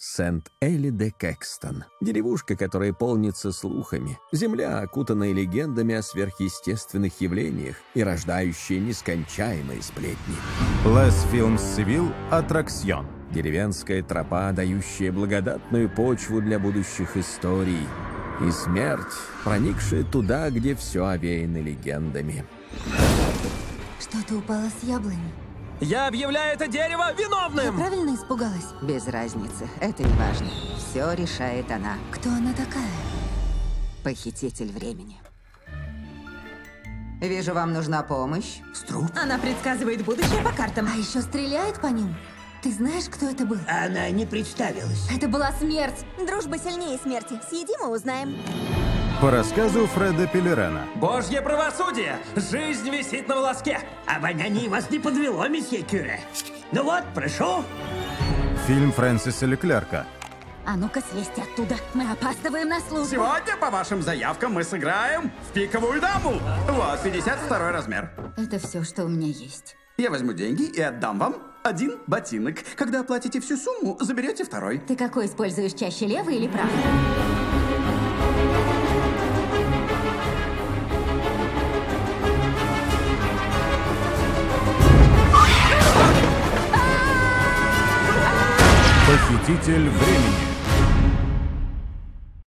Сент-Эли-де-Кэкстон. Деревушка, которая полнится слухами. Земля, окутанная легендами о сверхъестественных явлениях и рождающая нескончаемые сплетни. Les Films Civil Attraction. Деревенская тропа, дающая благодатную почву для будущих историй. И смерть, проникшая туда, где все овеяно легендами. Что-то упало с яблони. Я объявляю это дерево Я виновным! правильно испугалась? Без разницы, это не важно. Все решает она. Кто она такая? Похититель времени. Вижу, вам нужна помощь. Она предсказывает будущее по картам. А еще стреляет по ним? Ты знаешь, кто это был? Она не представилась. Это была смерть. Дружба сильнее смерти. Съедим и узнаем. По рассказу Фреда Пеллерена. Божье правосудие! Жизнь висит на волоске! Обоняние вас не подвело, месье Кюре. Ну вот, прошу. Фильм Фрэнсиса Леклерка. А ну-ка, слезьте оттуда. Мы опаздываем на службу. Сегодня, по вашим заявкам, мы сыграем в пиковую даму. Вот, 52 размер. Это все, что у меня есть. Я возьму деньги и отдам вам один ботинок. Когда оплатите всю сумму, заберете второй. Ты какой используешь чаще, левый или правый? Похититель времени.